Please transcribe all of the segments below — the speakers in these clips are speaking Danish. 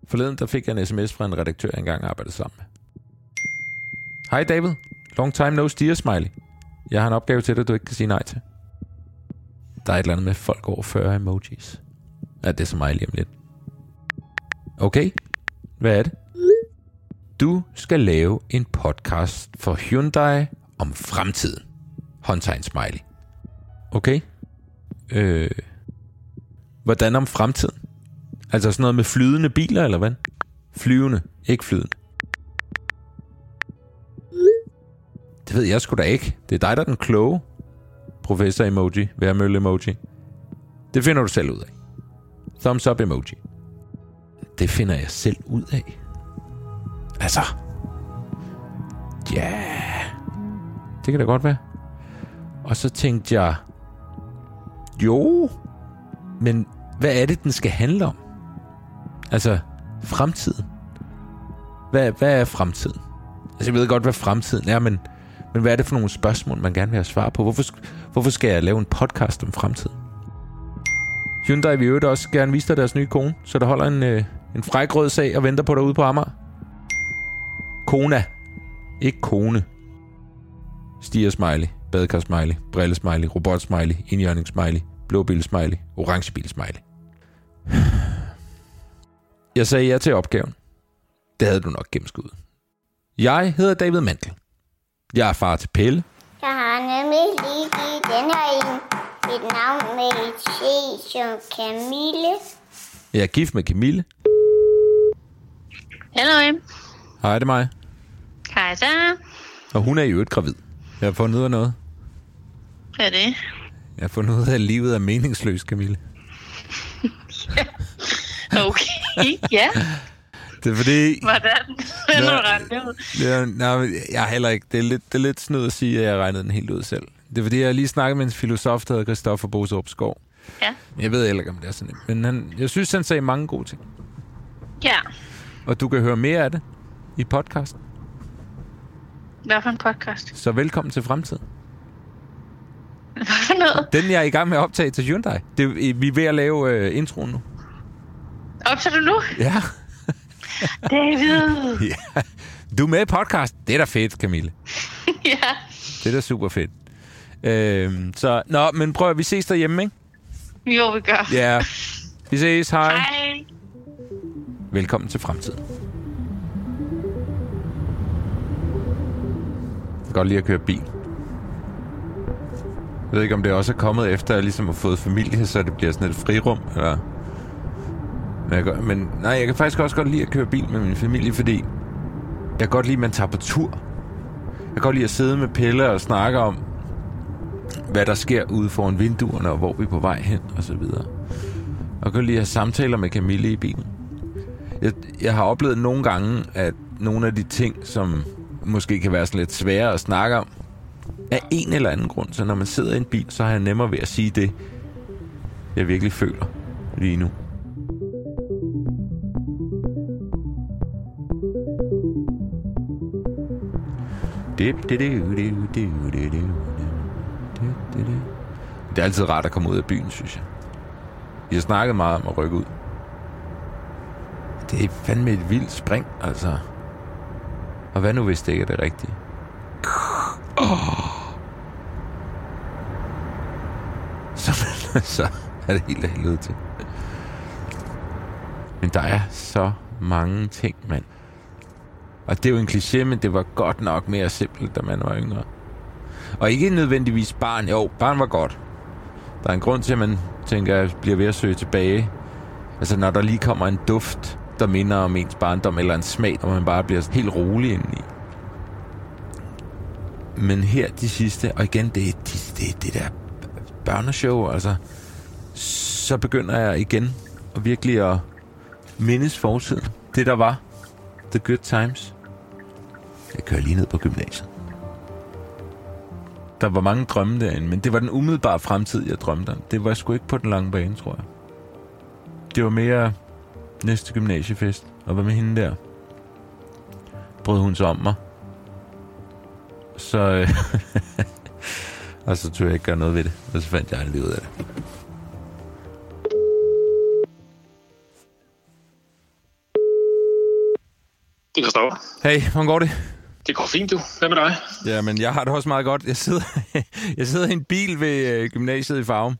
Forleden der fik jeg en sms fra en redaktør, jeg engang arbejdede sammen med. Hej David. Long time no steer, smiley. Jeg har en opgave til dig, du ikke kan sige nej til. Der er et eller andet med folk over 40 emojis. Ja, det er så mig lige om lidt. Okay, hvad er det? Du skal lave en podcast for Hyundai om fremtiden. Håndtegn smiley. Okay. Hvordan om fremtiden? Altså sådan noget med flydende biler, eller hvad? Flyvende, ikke flydende. Det ved jeg sgu da ikke. Det er dig, der er den kloge. Professor emoji, værmølle emoji. Det finder du selv ud af. Thumbs up emoji. Det finder jeg selv ud af. Altså. Ja. Yeah. Det kan da godt være. Og så tænkte jeg. Jo. Men hvad er det, den skal handle om? Altså, fremtiden. Hvad er fremtiden? Altså, jeg ved godt, hvad fremtiden er, men hvad er det for nogle spørgsmål, man gerne vil have svar på? Hvorfor skal jeg lave en podcast om fremtiden? Hyundai vil jo også gerne vise dig deres nye kone, så der holder en fræk rød sag og venter på dig ude på Amager. Kona. Ikke kone. Stiger smiley, badekar smiley, brille smiley, robot smiley, indjørning smiley, blåbil smiley, orange bil smiley. Jeg sagde ja til opgaven. Det havde du nok gennemskuddet. Jeg hedder David Mandel. Jeg er far til Pelle. Jeg har nemlig lige givet den her en et navn med et C som Camille. Jeg er gift med Camille. Hallo. Hej, det er mig. Hej så. Og hun er jo et gravid. Jeg har fundet ud af noget. Hvad er det? Jeg har fundet ud af, at livet er meningsløst, Camille. Ja. Okay, ja. Det er fordi... Hvordan? Hvordan har du regnet det ud? Nej, jeg har heller ikke... Det er lidt snyd at sige, at jeg regnede den helt ud selv. Det er fordi, jeg lige snakkede med en filosof, der hedder Christoffer Boserup Skov. Ja. Jeg ved heller ikke, om det er sådan nemt. Men jeg synes, han sagde mange gode ting. Ja. Og du kan høre mere af det i podcasten. Hvad for en podcast? Så velkommen til fremtiden. Hvad for noget? Den, jeg er i gang med at optage til Hyundai. Vi er ved at lave introen nu. Optager du nu? Ja. David! Ja. Du er med i podcast. Det er da fedt, Camille. Ja. Det er da super fedt. Men prøv at vi ses derhjemme, ikke? Jo, vi gør. Ja. Vi ses. Hej. Hej. Velkommen til fremtiden. Jeg kan godt lide at køre bil. Jeg ved ikke, om det også er kommet efter, at jeg ligesom har fået familie, så det bliver sådan et frirum, eller... Men jeg kan faktisk også godt lide at køre bil med min familie, fordi jeg kan godt lide, at man tager på tur. Jeg kan godt lide at sidde med Pelle og snakke om, hvad der sker ude foran vinduerne, og hvor vi er på vej hen, og så videre. Og jeg kan godt lide at have samtaler med Camille i bilen. Jeg har oplevet nogle gange, at nogle af de ting, som måske kan være sådan lidt svære at snakke om, af en eller anden grund. Så når man sidder i en bil, så har jeg nemmere ved at sige det, jeg virkelig føler lige nu. Det er altid rart at komme ud af byen, synes jeg. Vi har snakket meget om at rykke ud. Det er fandme et vildt spring, altså. Og hvad nu, hvis det ikke er det rigtige? Så er det helt af helvede til. Men der er så mange ting, mand. Og det er jo en kliché, men det var godt nok mere simpelt, da man var yngre. Og ikke nødvendigvis barn. Jo, barn var godt. Der er en grund til, at man tænker, at bliver ved at søge tilbage. Altså, når der lige kommer en duft, der minder om ens barndom, eller en smag, og man bare bliver helt rolig indeni. Men her de sidste, og igen, det der børneshow, altså, så begynder jeg igen at virkelig at mindes fortiden. Det, der var. The good times. Jeg kører lige ned på gymnasiet. Der var mange drømme derinde, men det var den umiddelbare fremtid, jeg drømte om. Det var sgu ikke på den lange bane, tror jeg. Det var mere næste gymnasiefest, og hvad med hende der? Brød hun sig om mig. Så... og så tog jeg ikke gøre noget ved det, og så fandt jeg aldrig ud af det. Det kan stå. Hey, hvordan går det? Det går fint, du. Hvad med dig? Jamen, jeg har det også meget godt. Jeg sidder i en bil ved gymnasiet i Farum.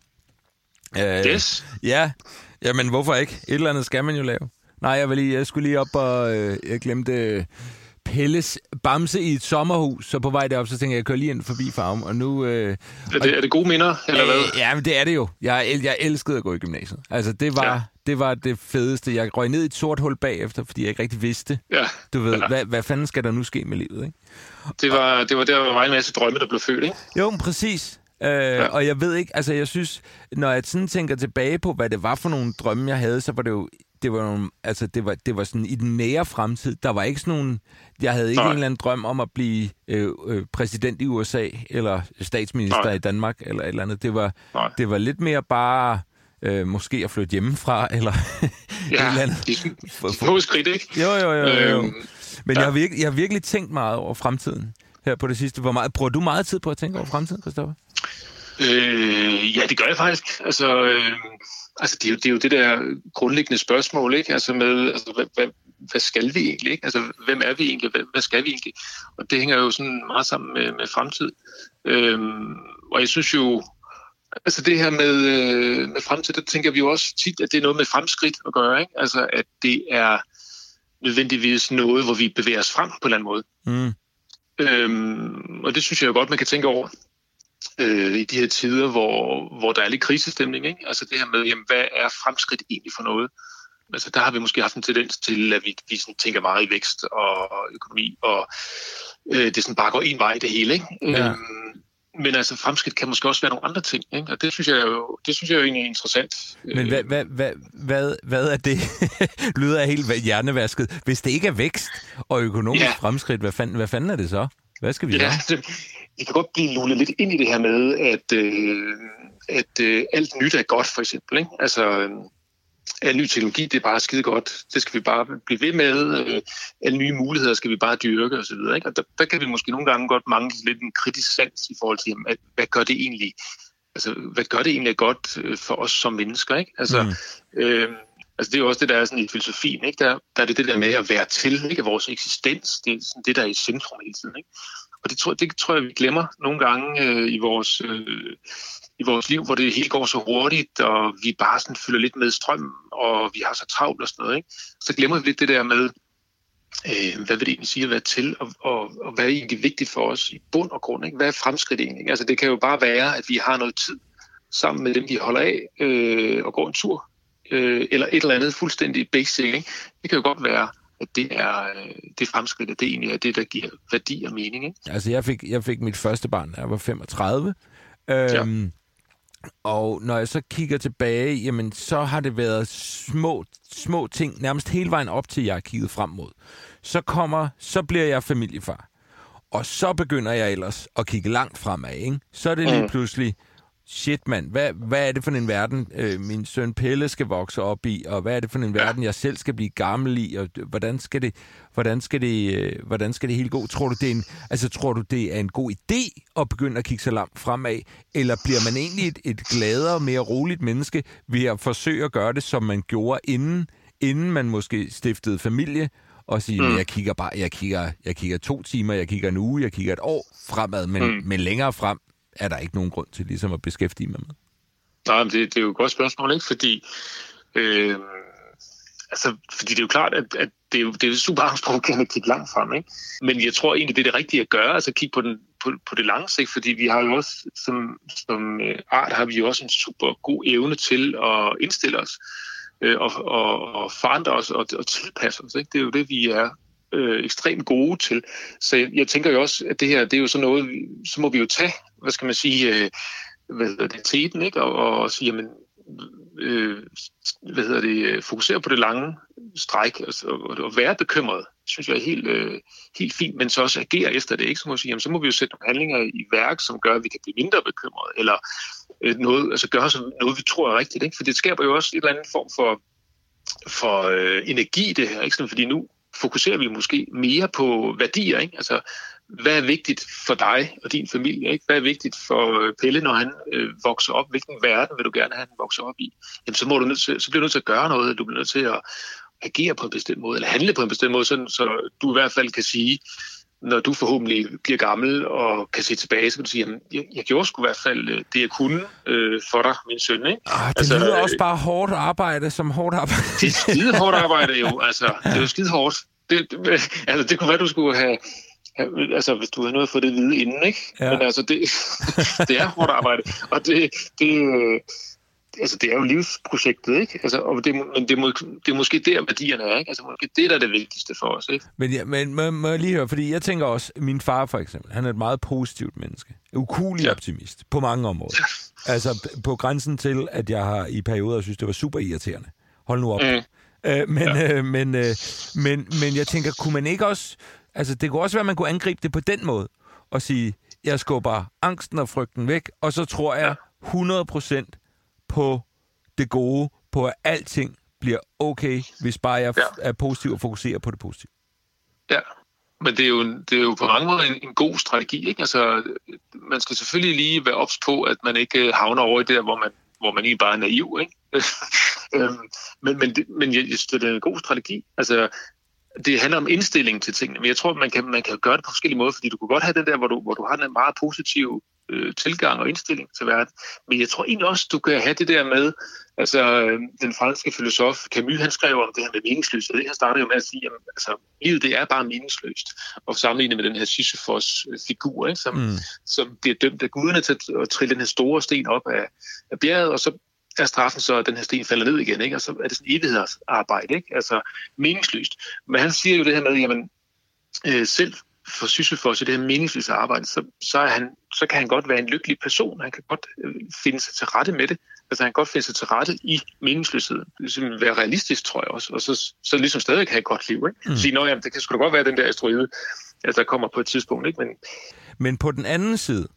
Yes. Ja, jamen hvorfor ikke? Et eller andet skal man jo lave. Nej, jeg skulle lige op, og jeg glemte Pelles bamse i et sommerhus, så på vej derop, så tænkte jeg kører lige ind forbi Farum, og nu... Er det gode minder, eller hvad? Ja, men det er det jo. Jeg elskede at gå i gymnasiet. Altså, det var det fedeste. Jeg røg ned i et sort hul bagefter, fordi jeg ikke rigtig vidste. Ja. Du ved, hvad fanden skal der nu ske med livet, ikke? Det var der var en masse drømme, der blev født, ikke? Jo, præcis. Og jeg ved ikke, altså jeg synes, når jeg sådan tænker tilbage på, hvad det var for nogle drømme, jeg havde, så var det jo, det var sådan i den nære fremtid. Der var ikke sådan nogen, jeg havde ikke en eller anden drøm om at blive præsident i USA, eller statsminister i Danmark, eller et eller andet. Det var lidt mere bare, måske at flytte hjemmefra, eller et eller andet. Ja, skridt, ikke? Jo. Men jeg har virkelig tænkt meget over fremtiden her på det sidste. Bruger du meget tid på at tænke over fremtiden, Christoffer? Ja, det gør jeg faktisk. Altså, det er jo det der grundlæggende spørgsmål, ikke? Altså med, hvad skal vi egentlig, ikke? Altså, hvem er vi egentlig? Hvad skal vi egentlig? Og det hænger jo sådan meget sammen med fremtid. Og jeg synes jo, altså det her med fremtid, der tænker vi jo også tit, at det er noget med fremskridt at gøre, ikke? Altså, at det er nødvendigvis noget, hvor vi bevæger os frem på en eller anden måde. Og det synes jeg jo godt, man kan tænke over i de her tider, hvor der er lidt krisestemning, ikke? Altså det her med, jamen, hvad er fremskridt egentlig for noget? Altså der har vi måske haft en tendens til, at vi sådan tænker meget i vækst og økonomi, og det sådan bare går en vej det hele, ikke? Ja. Men altså fremskridt kan måske også være nogle andre ting, ikke? Og det synes jeg jo egentlig er interessant. Men hvad er det? Lyder af helt hjernevasket. Hvis det ikke er vækst og økonomisk fremskridt, hvad fanden er det så? Hvad skal vi gøre? Vi kan godt blive lullet lidt ind i det her med, at alt nyt er godt, for eksempel, ikke? Altså, al ny teknologi, det er bare skide godt. Det skal vi bare blive ved med. Alle nye muligheder skal vi bare dyrke, og så videre, ikke? Og der kan vi måske nogle gange godt mangle lidt en kritisk sans i forhold til, jamen, hvad gør det egentlig? Altså, hvad gør det egentlig godt for os som mennesker, ikke? Altså, altså det er jo også det, der er sådan i filosofien, ikke? Der er det der med at være til, ikke? Vores eksistens, det er sådan det, der er i centrum hele tiden, ikke? Og det tror jeg, vi glemmer nogle gange i vores liv, hvor det hele går så hurtigt, og vi bare sådan fylder lidt med strøm, og vi har så travlt og sådan noget, ikke? Så glemmer vi lidt det der med, hvad vil det egentlig sige at være til, og hvad er egentlig vigtigt for os i bund og grund, ikke? Hvad er fremskridt egentlig? Altså det kan jo bare være, at vi har noget tid sammen med dem, vi holder af, og går en tur, eller et eller andet fuldstændig basic, ikke? Det kan jo godt være, at det er det fremskridt, at det egentlig er det, der giver værdi og mening, ikke? Altså jeg fik mit første barn, da jeg var 35. Og når jeg så kigger tilbage, jamen så har det været små ting, nærmest hele vejen op til, jeg har kigget frem mod. Så bliver jeg familiefar. Og så begynder jeg ellers at kigge langt fremad, ikke? Så er det lige pludselig, shit mand, hvad er det for en verden, min søn Pelle skal vokse op i, og hvad er det for en verden, jeg selv skal blive gammel i, og hvordan skal det hele gå? Tror du, det er en god idé at begynde at kigge så langt fremad, eller bliver man egentlig et gladere, mere roligt menneske ved at forsøge at gøre det, som man gjorde inden man måske stiftede familie, og sige, jeg kigger 2 timer, jeg kigger en uge, jeg kigger et år fremad, men længere frem er der ikke nogen grund til ligesom at beskæftige mig med? Nej, men det er jo et godt spørgsmål, ikke? Fordi det er jo klart, at det er super angstprovokerende at kigge langt frem, ikke? Men jeg tror egentlig, det er det rigtige at gøre, altså kigge på det lange sigt, fordi vi har jo også, som art, har vi jo også en super god evne til at indstille os, og forandre os og tilpasse os, ikke? Det er jo det, vi er ekstremt gode til. Så jeg tænker jo også, at det her, det er jo sådan noget, så må vi jo tage, hvad skal man sige, teten, ikke? Og sige, jamen, fokusere på det lange stræk, og være bekymret, synes jeg er helt fint, men så også agere efter det, ikke? Så må vi sige, jamen, så må vi jo sætte nogle handlinger i værk, som gør, at vi kan blive mindre bekymret, eller noget, altså gøre noget, vi tror er rigtigt, ikke? For det skaber jo også et eller andet form for energi, det her, ikke? Fordi nu fokuserer vi måske mere på værdier, ikke? Altså, hvad er vigtigt for dig og din familie, ikke? Hvad er vigtigt for Pelle, når han vokser op? Hvilken verden vil du gerne have, han vokser op i? Jamen, så bliver du nødt til at gøre noget. Du bliver nødt til agere på en bestemt måde, eller handle på en bestemt måde, sådan, så du i hvert fald kan sige, når du forhåbentlig bliver gammel og kan se tilbage, så kan du sige, at jeg gjorde sgu i hvert fald det, jeg kunne for dig, min søn. Ikke? Det lyder også bare hårdt arbejde som hårdt arbejde. Det er skide hårdt arbejde jo. Altså, det er jo skide hårdt. Det kunne være, du skulle have... Altså, hvis du havde noget at få det at vide inden, ikke? Ja. Men altså, det er hårdt arbejde. Og det er jo livsprojektet, ikke? Altså, men det er måske der, værdierne er, ikke? Altså, måske det, der er det vigtigste for os, ikke? Men må jeg lige høre, fordi jeg tænker også, min far for eksempel, han er et meget positivt menneske. Ukuelig optimist på mange områder. Altså, på grænsen til, at jeg har i perioder synes, det var super irriterende. Hold nu op. Men jeg tænker, kunne man ikke også... Altså, det kunne også være, at man kunne angribe det på den måde, og sige, jeg skubber angsten og frygten væk, og så tror jeg 100% på det gode, på at alting bliver okay, hvis bare jeg er positiv og fokuserer på det positive. Ja, men det er jo på mange måder en god strategi, ikke? Altså, man skal selvfølgelig lige være ops på, at man ikke havner over i det der, hvor man egentlig bare er naiv, ikke? Men jeg synes, det er en god strategi. Altså, det handler om indstilling til tingene, men jeg tror, man kan gøre det på forskellige måder, fordi du kunne godt have den der, hvor du har en meget positiv tilgang og indstilling til verden. Men jeg tror egentlig også, du kan have det der med, altså den franske filosof Camus, han skrev om det her med meningsløshed. Han startede jo med at sige, at altså, livet det er bare meningsløst. Og sammenlignet med den her Sisyfos-figur, ikke, som bliver dømt af guderne til at trille den her store sten op af bjerget, og så er straffen så, at den her sten falder ned igen, ikke? Og så er det sådan et evighedsarbejde, ikke? Altså meningsløst. Men han siger jo det her med, jamen selv for Sisyfos i det her meningsløse arbejde, så kan han godt være en lykkelig person. Han kan godt finde sig til rette med det. Altså han kan godt finde sig til rette i meningsløsheden. Det vil være realistisk, tror jeg også. Og så ligesom stadig have et godt liv, ikke? Sige, jamen, det kan sgu da godt være den der asteroide, altså der kommer på et tidspunkt, ikke? Men på den anden side,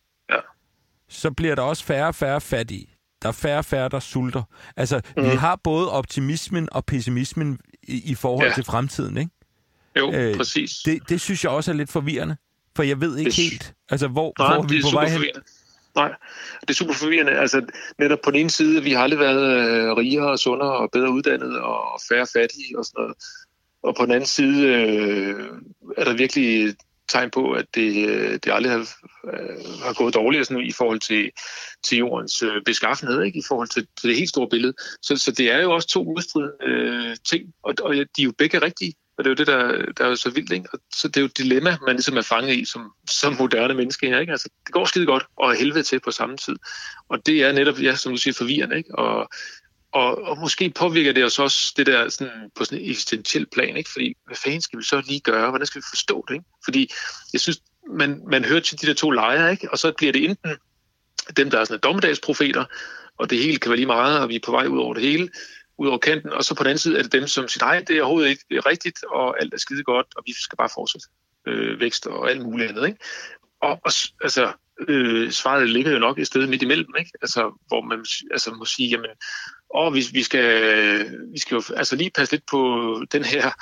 så bliver der også færre og færre fattige. Der er færre og færre, der sulter. Altså, vi har både optimismen og pessimismen i forhold til fremtiden, ikke? Jo, præcis. Det synes jeg også er lidt forvirrende, for jeg ved ikke helt, altså, hvor er vi på vej hen? Nej, det er super forvirrende. Altså, netop på den ene side, vi har aldrig været rigere og sundere og bedre uddannet og færre fattige og sådan noget. Og på den anden side er der virkelig tegn på, at det aldrig har gået dårligere sådan, i forhold til jordens beskaffenhed, ikke? I forhold til det helt store billede. Så det er jo også to udstridende ting, og de er jo begge rigtige, og det er jo det, der er jo så vildt, ikke? Og så det er jo et dilemma, man ligesom er fanget i som moderne menneske her, ikke? Altså, det går skide godt og helvede til på samme tid. Og det er netop, som du siger, forvirrende, ikke? Og måske påvirker det os også det der sådan, på sådan en eksistentiel plan, ikke? Fordi hvad fanden skal vi så lige gøre? Hvordan skal vi forstå det, ikke? Fordi jeg synes, man hører til de der to lejre, ikke? Og så bliver det enten dem, der er sådan dommedagsprofeter, og det hele kan være lige meget, og vi er på vej ud over det hele, ud over kanten, og så på den anden side er det dem, som siger, nej, det er overhovedet ikke, det er rigtigt, og alt er skide godt, og vi skal bare fortsætte vækst og alt muligt andet, ikke? Og altså, svaret ligger jo nok et sted midt imellem, ikke? Altså, hvor man må sige, jamen, vi skal jo altså lige passe lidt på den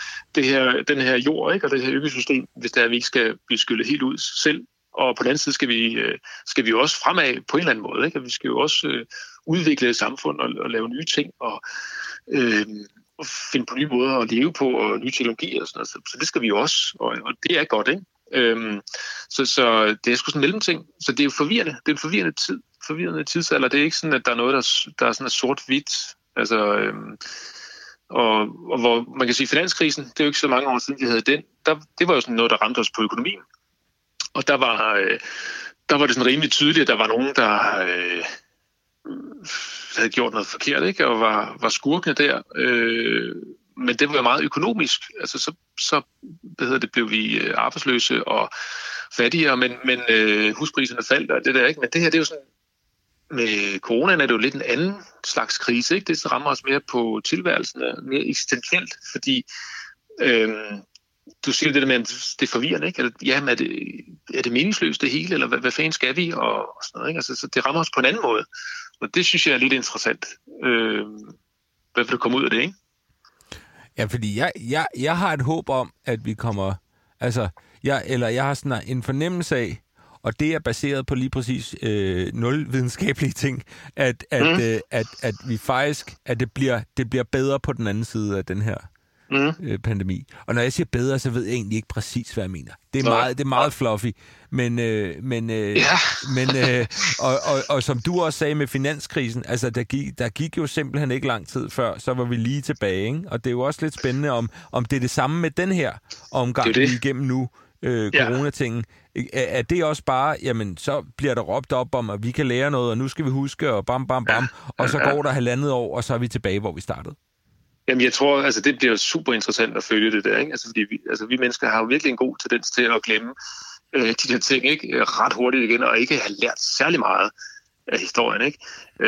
her jord, ikke? Og det her økosystem, hvis der vi ikke skal blive skyllet helt ud selv. Og på den anden side skal vi jo også fremad på en eller anden måde, ikke? Og vi skal jo også udvikle et samfund og lave nye ting og finde på nye måder at leve på og nye teknologier og sådan noget. Så det skal vi jo også, og det er godt, ikke? Så det er sgu sådan en mellemting. Så det er jo forvirrende. Det er en forvirrende tidsalder. Det er ikke sådan, at der er noget, der er sådan sort-hvidt. Altså, og hvor man kan sige, finanskrisen, det er jo ikke så mange år siden, vi havde den. Det var jo sådan noget, der ramte os på økonomien. Og der var det sådan rimelig tydeligt, at der var nogen, der havde gjort noget forkert, ikke? Og var skurkene der. Men det var meget økonomisk. Altså så blev vi arbejdsløse og fattigere, men huspriserne faldt og det der, ikke? Men det her, det er jo sådan, med coronaen er det jo lidt en anden slags krise, ikke? Det rammer os mere på tilværelsen, mere eksistentielt, fordi du siger det der med, at det er forvirrende, ikke? Jamen, er det meningsløst det hele, eller hvad fanden skal vi, og sådan noget, ikke? Altså, så det rammer os på en anden måde, og det synes jeg er lidt interessant. Hvad vil du komme ud af det, ikke? Ja, fordi jeg har et håb om, at vi kommer... Altså, jeg har sådan en fornemmelse af, og det er baseret på lige præcis nul videnskabelige ting, at vi faktisk, at det bliver bedre på den anden side af den her pandemi. Og når jeg siger bedre, så ved jeg egentlig ikke præcis, hvad jeg mener. Det er meget fluffy, og som du også sagde med finanskrisen, altså der gik jo simpelthen ikke lang tid før, så var vi lige tilbage, ikke? Og det er jo også lidt spændende, om det er det samme med den her omgang, vi er igennem nu, coronatingen. Er det også bare, jamen, så bliver der råbt op om, at vi kan lære noget, og nu skal vi huske, og bam, bam, bam, og så går der 1,5 år, og så er vi tilbage, hvor vi startede. Jamen, jeg tror, altså det bliver super interessant at følge det der, ikke? Altså, fordi vi mennesker har jo virkelig en god tendens til at glemme de der ting, ikke? Ret hurtigt igen, og ikke have lært særlig meget af historien, ikke?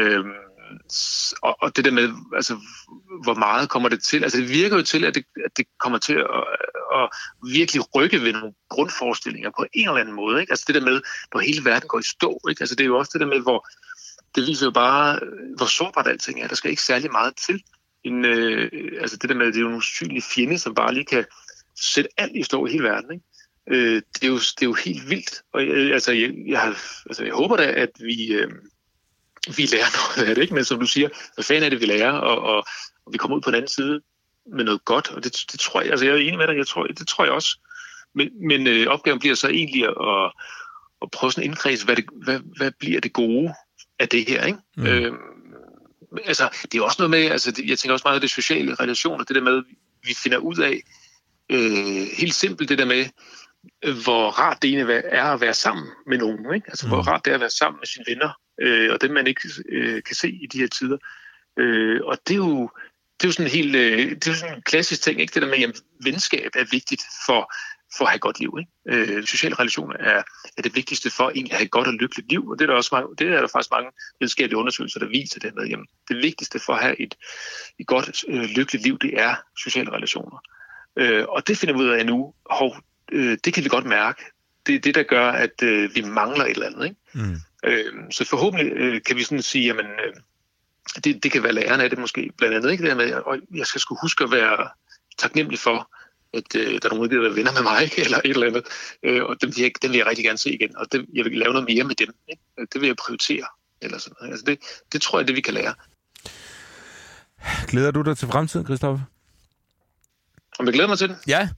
Og det der med, altså, hvor meget kommer det til? Altså, det virker jo til, at det kommer til at virkelig rykke ved nogle grundforestillinger på en eller anden måde, ikke? Altså, det der med, når hele verden går i stå, ikke? Altså, det er jo også det der med, hvor det viser jo bare, hvor sårbart alting er. Der skal ikke særlig meget til. Altså det der med, det er jo en usynlig fjende, som bare lige kan sætte alt i stå i hele verden, ikke? Det er jo helt vildt. Og jeg håber da, at vi lærer noget af det, ikke? Men som du siger, hvad fanden er det, vi lærer, og vi kommer ud på den anden side med noget godt, og det tror jeg, altså jeg er enig med dig, det tror jeg også. Men opgaven bliver så egentlig at prøve sådan at indkredse, hvad bliver det gode af det her, ikke? Altså, det er jo også noget med, altså, jeg tænker også meget af det sociale relationer, det der med, vi finder ud af, helt simpelt det der med, hvor rart det egentlig er at være sammen med nogen, ikke? Altså, hvor rart det er at være sammen med sine venner, og dem man ikke kan se i de her tider. Og det er jo sådan det er sådan en klassisk ting, ikke? Det der med, at venskab er vigtigt for at have et godt liv, ikke? Sociale relationer er det vigtigste for egentlig at have et godt og lykkeligt liv, og det er der faktisk mange videnskabelige undersøgelser, der viser det med, jamen, det vigtigste for at have et godt, lykkeligt liv, det er sociale relationer. Og det finder vi ud af nu, det kan vi godt mærke. Det er det, der gør, at vi mangler et eller andet, ikke? Så forhåbentlig kan vi sådan sige, jamen, det kan være lærerne af det måske, blandt andet, ikke? Det her med, at jeg skal sgu huske at være taknemmelig for, at der er nogen, der vil være venner med mig, ikke? Eller et eller andet. Og dem vil jeg rigtig gerne se igen. Og jeg vil lave noget mere med dem, ikke? Det vil jeg prioritere. Eller sådan noget. Altså det tror jeg, det vi kan lære. Glæder du dig til fremtiden, Christoffer? Om jeg glæder mig til den? Ja.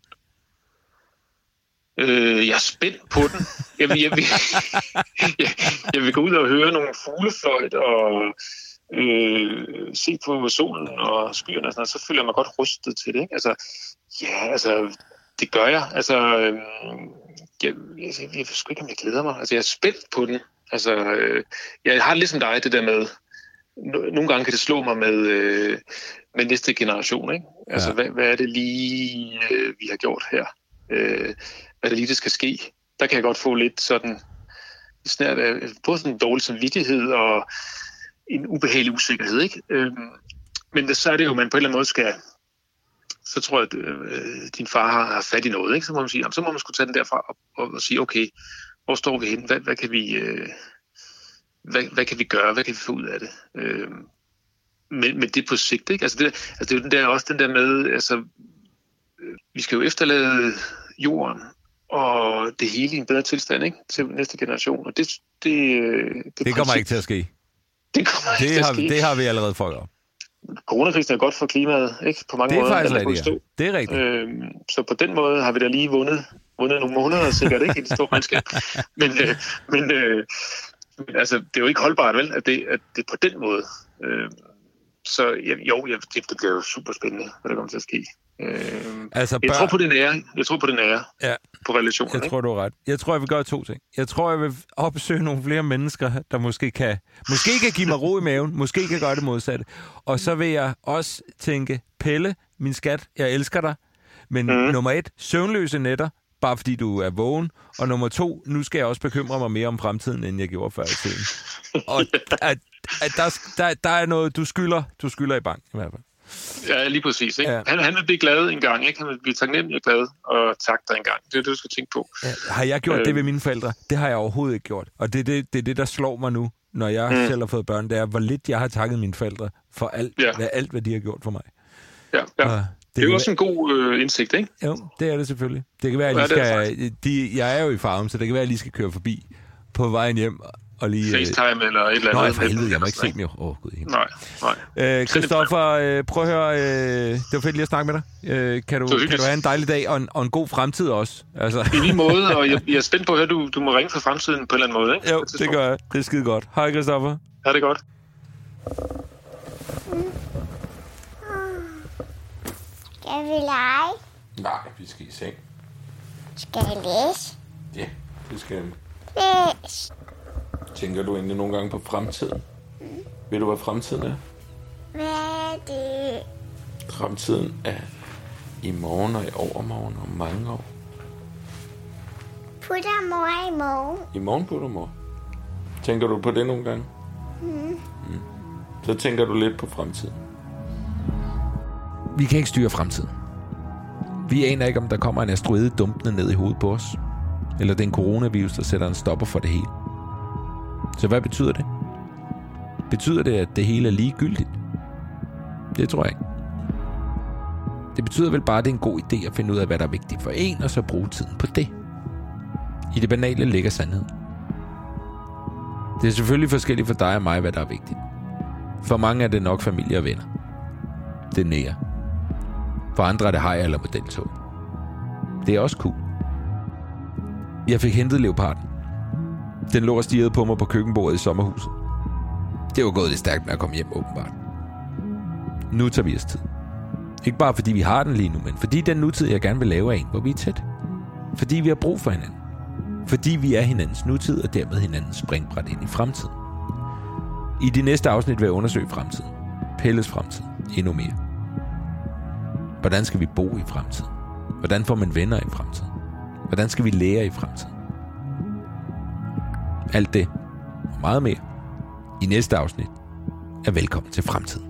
Jeg er spændt på den. Jeg vil gå ud og høre nogle fuglefløjt og se på solen og skyerne og sådan noget, så føler jeg mig godt rustet til det, ikke? Altså, det gør jeg. Altså, jeg ved sgu ikke, om jeg glæder mig. Altså, jeg er spændt på den. Altså, jeg har ligesom dig det der med, nogle gange kan det slå mig med næste generation, ikke? Altså, hvad er det lige, vi har gjort her? Hvad er det lige, det skal ske? Der kan jeg godt få lidt sådan, snart af både sådan en dårlig samvittighed og en ubehagelig usikkerhed, ikke? Men så er det jo, man på en eller anden måde skal, så tror jeg, at din far har fat i noget, ikke? Så må man sige, så må man skulle tage den derfra og sige, okay, hvor står vi henne? Hvad kan vi, hvad kan vi gøre? Hvad kan vi få ud af det? Men det på sigt, ikke? Altså det er jo også den der med, altså, vi skal jo efterlade jorden og det hele i en bedre tilstand, ikke? Til næste generation, og det kommer ikke til at ske. Det kommer ikke til at ske. Det har vi allerede fået op. Coronakrisen er godt for klimaet, ikke? På mange måder. Det er faktisk rigtigt, ja. Det er rigtigt. Så på den måde har vi da lige vundet nogle måneder, sikkert, ikke? I det store regnskab. Men altså, det er jo ikke holdbart, vel? At det på den måde. Så det bliver jo super spændende, hvad der kommer til at ske. Jeg tror på den ære. Ja. På relationen. Jeg tror, du har ret. Jeg tror, jeg vil gøre 2 ting. Jeg tror, jeg vil opsøge nogle flere mennesker, der måske kan give mig ro i maven, måske kan gøre det modsatte. Og så vil jeg også tænke, Pelle, min skat, jeg elsker dig. Men nummer 1, søvnløse nætter, bare fordi du er vågen. Og nummer 2, nu skal jeg også bekymre mig mere om fremtiden, end jeg gjorde før i tiden. Og der er noget, du skylder i bank i hvert fald. Ja, lige præcis. Ikke? Ja. Han vil blive glad en gang, ikke? Han vil blive taknemmelig og glad og takke dig en gang. Det er det, du skal tænke på. Ja. Har jeg gjort det ved mine forældre? Det har jeg overhovedet ikke gjort. Og det er det, der slår mig nu, når jeg selv har fået børn. Det er, hvor lidt jeg har takket mine forældre for alt, hvad de har gjort for mig. Ja. Det er jo også en god indsigt, ikke? Jo, det er det selvfølgelig. Det kan være, at jeg er jo i Farum, så det kan være, at jeg lige skal køre forbi på vejen hjem og lige... FaceTime eller et eller andet. Nå, for helvede, jeg må ikke se dem jo. Gud. Nej. Christoffer, prøv at høre. Det var fedt lige at snakke med dig. Kan du have en dejlig dag og en god fremtid også? Altså. I lige måde, og jeg er spændt på at høre, du må ringe for fremtiden på en eller anden måde, ikke? Jo, det gør jeg. Det er skide godt. Hej, Christoffer. Ja, det er godt. Skal vi lege? Nej, vi skal i seng. Skal jeg læse? Ja, det skal vi. Læs. Tænker du egentlig nogle gange på fremtiden? Ved du, hvad fremtiden er? Hvad er det? Fremtiden er i morgen og i overmorgen og mange år. Putter mor i morgen? I morgen putter mor. Tænker du på det nogle gange? Så tænker du lidt på fremtiden. Vi kan ikke styre fremtiden. Vi aner ikke, om der kommer en asteroide dumpende ned i hovedet på os. Eller den coronavirus, der sætter en stopper for det hele. Så hvad betyder det? Betyder det, at det hele er ligegyldigt? Det tror jeg ikke. Det betyder vel bare, at det er en god idé at finde ud af, hvad der er vigtigt for en, og så bruge tiden på det. I det banale ligger sandheden. Det er selvfølgelig forskelligt for dig og mig, hvad der er vigtigt. For mange er det nok familie og venner. Det er nære. For andre er det hajer eller modeltog. Det er også cool. Jeg fik hentet leoparden. Den lå og stirrede på mig på køkkenbordet i sommerhuset. Det var gået lidt stærkt med at komme hjem, åbenbart. Nu tager vi os tid. Ikke bare fordi vi har den lige nu, men fordi den nutid, jeg gerne vil lave, er en, hvor vi er tæt. Fordi vi har brug for hinanden. Fordi vi er hinandens nutid, og dermed hinandens springbræt ind i fremtiden. I de næste afsnit vil jeg undersøge fremtiden. Pelles fremtid. Endnu mere. Hvordan skal vi bo i fremtiden? Hvordan får man venner i fremtiden? Hvordan skal vi lære i fremtiden? Alt det og meget mere i næste afsnit er Velkommen til Fremtiden.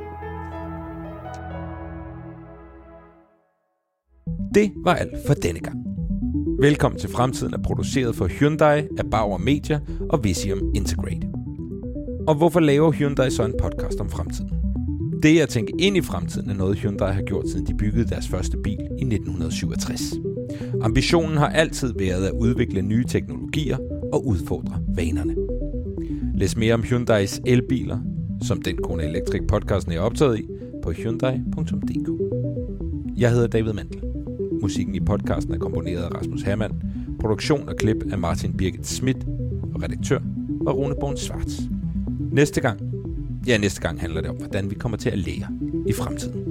Det var alt for denne gang. Velkommen til Fremtiden er produceret for Hyundai af Bauer Media og Visium Integrate. Og hvorfor laver Hyundai så en podcast om fremtiden? Det at tænke ind i fremtiden er noget Hyundai har gjort, siden de byggede deres første bil i 1967. Ambitionen har altid været at udvikle nye teknologier og udfordre vanerne. Læs mere om Hyundais elbiler, som den Kone Electric podcasten er optaget i, på hyundai.dk. Jeg hedder David Mandel. Musikken i podcasten er komponeret af Rasmus Hermann, produktion og klip af Martin Birgit Schmidt, og redaktør var Rune Born Schwartz. Næste gang handler det om, hvordan vi kommer til at lære i fremtiden.